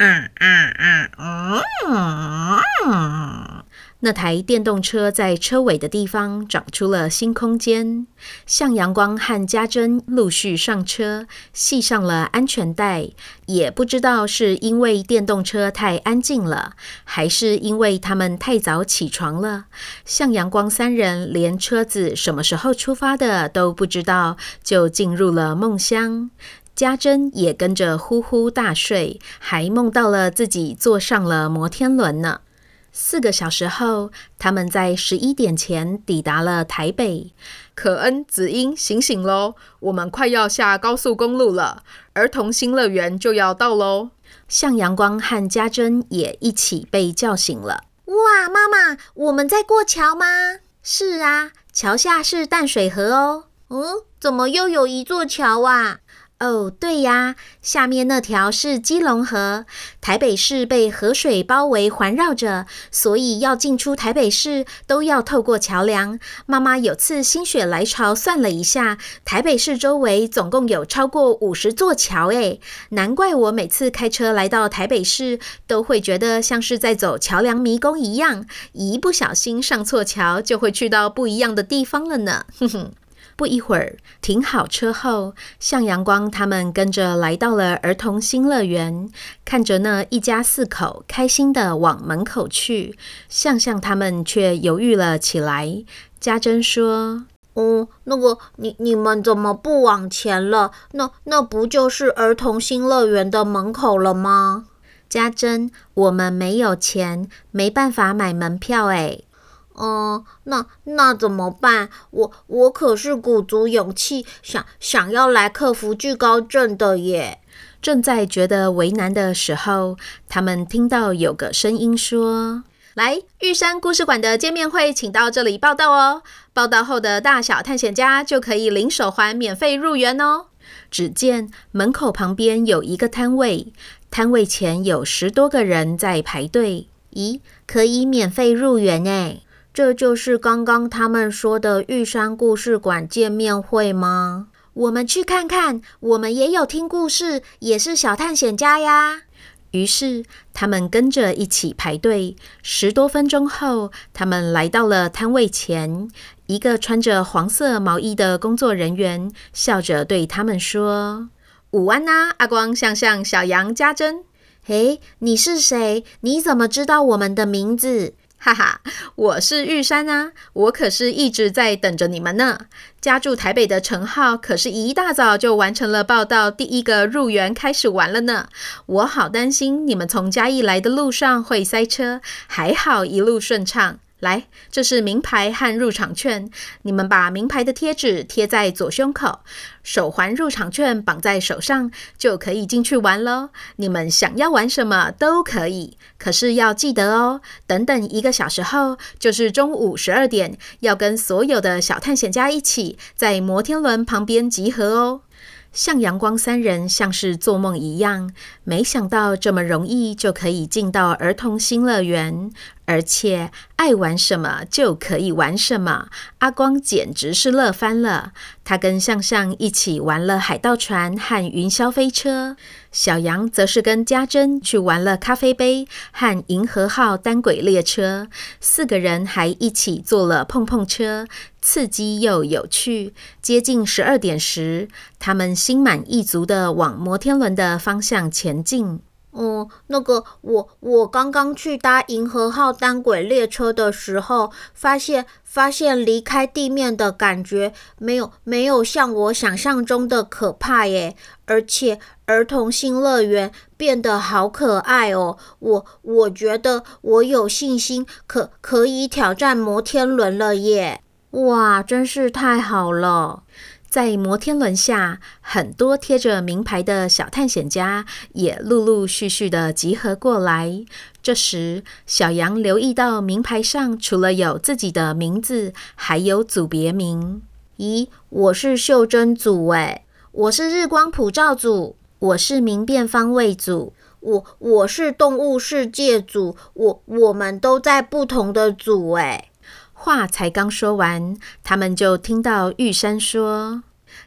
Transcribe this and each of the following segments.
那台电动车在车尾的地方长出了新空间，向阳光和家珍陆续上车，系上了安全带。也不知道是因为电动车太安静了，还是因为他们太早起床了。向阳光三人连车子什么时候出发的都不知道，就进入了梦乡。家珍也跟着呼呼大睡，还梦到了自己坐上了摩天轮呢。4个小时后，他们在11点前抵达了台北。可恩、子英，醒醒咯，我们快要下高速公路了，儿童新乐园就要到咯。向阳光和家珍也一起被叫醒了。 哇，妈妈，我们在过桥吗？ 是啊，桥下是淡水河哦。 怎么又有一座桥啊？ 哦，对呀，下面那条是基隆河，台北市被河水包围环绕着，所以要进出台北市都要透过桥梁。妈妈有次心血来潮算了一下，台北市周围总共有超过50座桥诶，难怪我每次开车来到台北市都会觉得像是在走桥梁迷宫一样，一不小心上错桥就会去到不一样的地方了呢。不一会儿，停好车后，向阳光他们跟着来到了儿童新乐园，看着那一家4口开心的往门口去，向他们却犹豫了起来。家珍说： 你们怎么不往前了？那不就是儿童新乐园的门口了吗？ 家珍，我们没有钱，没办法买门票诶。 那怎么办？我可是鼓足勇气想要来克服惧高症的耶。 正在觉得为难的时候，他们听到有个声音说：来，玉山故事馆的见面会请到这里报到哦，报到后的大小探险家就可以领手环免费入园哦。只见门口旁边有一个摊位，摊位前有10多个人在排队。 咦，可以免费入园耶？这就是刚刚他们说的玉山故事馆见面会吗？ 我们去看看，我们也有听故事，也是小探险家呀。于是他们跟着一起排队，10多分钟后，他们来到了摊位前。一个穿着黄色毛衣的工作人员笑着对他们说：午安啊，阿光、向、小杨、家珍。 嘿，你是谁？你怎么知道我们的名字？ 哈哈，我是玉山啊，我可是一直在等着你们呢。家住台北的陈浩可是一大早就完成了报到，第一个入园开始玩了呢。我好担心你们从嘉义来的路上会塞车，还好一路顺畅。来，这是名牌和入场券，你们把名牌的贴纸贴在左胸口，手环入场券绑在手上，就可以进去玩咯。你们想要玩什么都可以，可是要记得哦，等1个小时后，就是中午12点，要跟所有的小探险家一起在摩天轮旁边集合哦。向阳光3人像是做梦一样，没想到这么容易就可以进到儿童新乐园，而且爱玩什么就可以玩什么。阿光简直是乐翻了，他跟向一起玩了海盗船和云霄飞车，小杨则是跟家珍去玩了咖啡杯和银河号单轨列车，4个人还一起坐了碰碰车，刺激又有趣。接近12点时，他们心满意足地往摩天轮的方向前进。 我刚刚去搭银河号单轨列车的时候，发现离开地面的感觉没有像我想象中的可怕耶，而且儿童新乐园变得好可爱哦，我觉得我有信心可以挑战摩天轮了耶。 哇，真是太好了。在摩天轮下，很多贴着名牌的小探险家也陆陆续续的集合过来。这时，小杨留意到名牌上除了有自己的名字，还有组别名。 咦，我是袖珍组诶， 我是日光普照组，我是明辨方位组， 我是动物世界组，我们都在不同的组诶。 话才刚说完，他们就听到玉山说：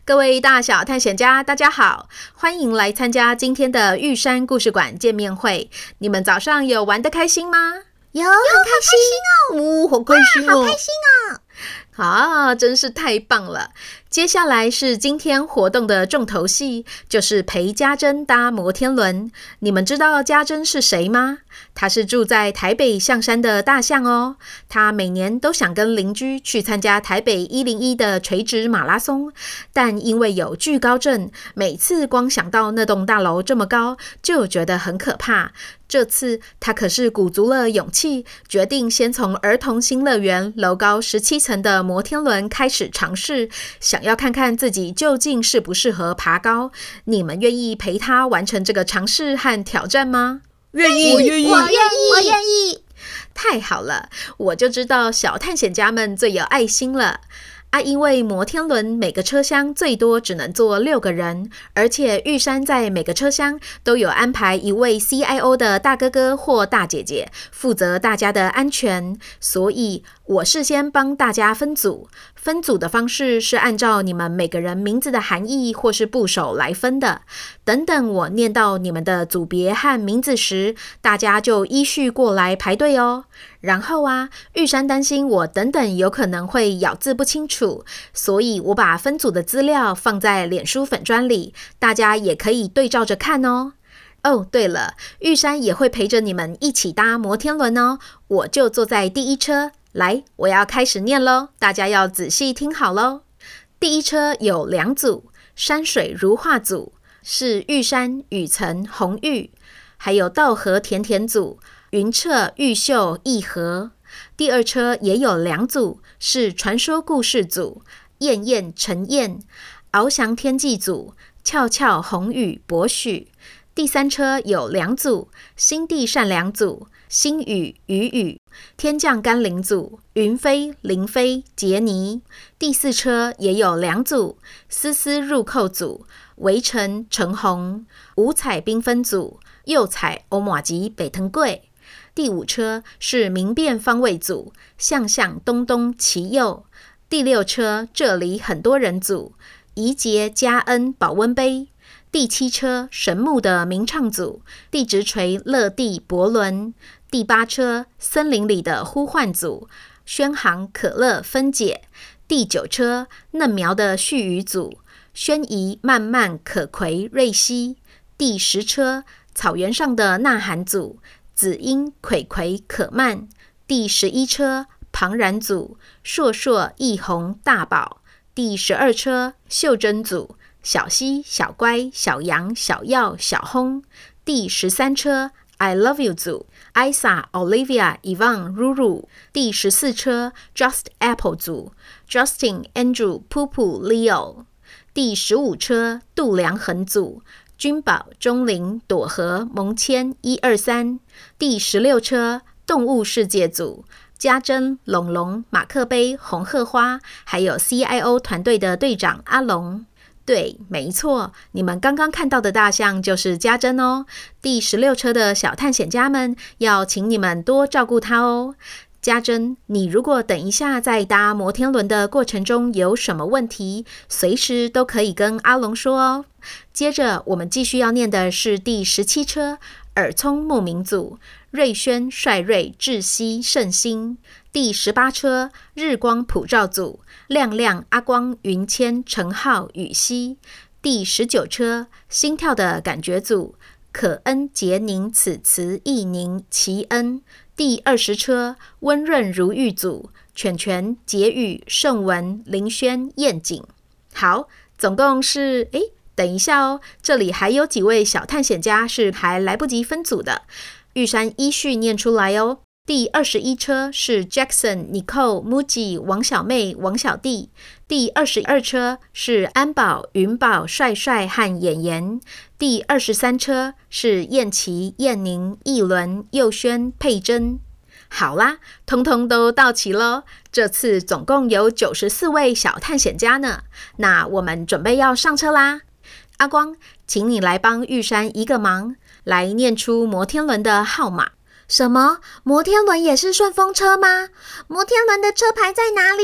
各位大小探险家，大家好，欢迎来参加今天的玉山故事馆见面会。你们早上有玩得开心吗？ 有，很开心哦！ 好开心哦！ 好开心哦！ 啊，真是太棒了！接下来是今天活动的重头戏，就是陪家珍搭摩天轮。你们知道家珍是谁吗？她是住在台北象山的大象哦。她每年都想跟邻居去参加台北101的垂直马拉松，但因为有惧高症，每次光想到那栋大楼这么高，就觉得很可怕。这次他可是鼓足了勇气，决定先从儿童新乐园楼高17层的摩天轮开始尝试，想要看看自己究竟适不适合爬高。你们愿意陪他完成这个尝试和挑战吗？ 愿意，我愿意。 太好了，我就知道小探险家们最有爱心了。因为摩天轮每个车厢最多只能坐6个人，而且玉山在每个车厢都有安排一位 CIO 的大哥哥或大姐姐，负责大家的安全，所以我事先帮大家分组。分组的方式是按照你们每个人名字的含义或是部首来分的。等等我念到你们的组别和名字时，大家就依序过来排队哦。然后玉山担心我等等有可能会咬字不清楚，所以我把分组的资料放在脸书粉专里，大家也可以对照着看哦。对了，玉山也会陪着你们一起搭摩天轮哦，我就坐在第一车。来，我要开始念咯，大家要仔细听好咯。第一车有2组，山水如画组是玉山、雨层、红玉，还有稻荷田田组，云彻、玉秀、义和。第二车也有2组，是传说故事组，燕燕、陈燕，翱翔天际组，俏俏、红雨、博许。第三车有2组，心地善良组，星宇、雨雨，天降甘霖组，云飞、林飞、杰尼。第四车也有2组，丝丝入扣组，围城、陈红，五彩缤纷组，釉彩、欧马吉、北藤贵。第5车是明辨方位组，向向、东东、齐佑。第6车这里很多人组，怡杰、嘉恩、保温杯。第7车神木的鸣唱组，地质锤、乐地、伯伦。第8车森林里的呼唤组，宣航、可乐、分解。第9车嫩苗的絮语组，宣仪、慢慢、可葵、瑞希。第10车草原上的呐喊组，子英、葵葵、可曼。第11车庞然组，硕硕、义宏、大宝。第12车秀珍组，小西、小乖、小杨、小耀、小轰。第13车 I love you 组，艾莎、Olivia、Yvonne、Ruru。第14车 Just Apple 组， Justin、Andrew、噗噗、Leo。第15车度量衡组，君宝、钟灵、朵和、蒙谦、123。第16车动物世界组，家珍、龙龙、马克杯、红鹤花，还有 CIO 团队的队长阿龙。对，没错，你们刚刚看到的大象就是家珍哦。第16车的小探险家们，要请你们多照顾它哦。家珍，你如果等一下在搭摩天轮的过程中有什么问题，随时都可以跟阿龙说哦。接着我们继续要念的是第17车耳聪目明组，瑞轩、帅瑞、智熙、圣心。第18车日光普照组，亮亮、阿光、云谦、陈浩、雨熙。第19车心跳的感觉组，可恩、杰宁、此慈、义宁、齐恩。第20车温润如玉组，犬犬、杰宇、盛文、林轩、燕景。好，总共是等一下哦，这里还有几位小探险家是还来不及分组的，玉山依序念出来哦。第21车是 Jackson、Nicole、Muji、王小妹、王小弟。第22车是安宝、云宝、帅帅和妍妍。第23车是燕琪、燕宁、艺伦、佑轩、佩珍。好啦，通通都到齐咯，这次总共有94位小探险家呢。那我们准备要上车啦。阿光，请你来帮玉山一个忙，来念出摩天轮的号码。 什么？摩天轮也是顺风车吗？摩天轮的车牌在哪里？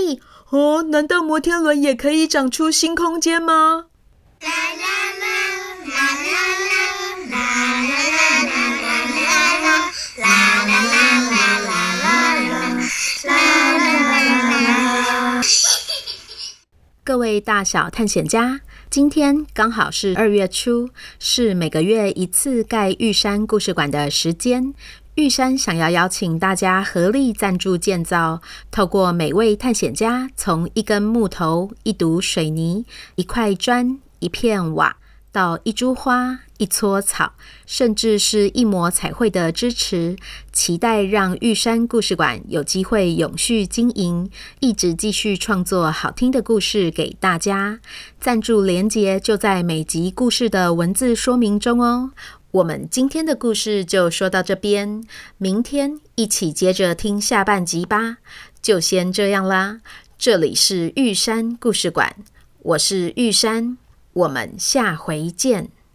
哦，难道摩天轮也可以长出新空间吗？各位大小探险家，今天刚好是2月初，是每个月一次盖玉山故事馆的时间。玉山想要邀请大家合力赞助建造，透过每位探险家从一根木头、一堵水泥、一块砖、一片瓦，到一株花、一撮草，甚至是一抹彩绘的支持，期待让玉山故事馆有机会永续经营，一直继续创作好听的故事给大家。赞助连结就在每集故事的文字说明中哦。我们今天的故事就说到这边，明天一起接着听下半集吧。就先这样啦，这里是玉山故事馆，我是玉山，我们下回见。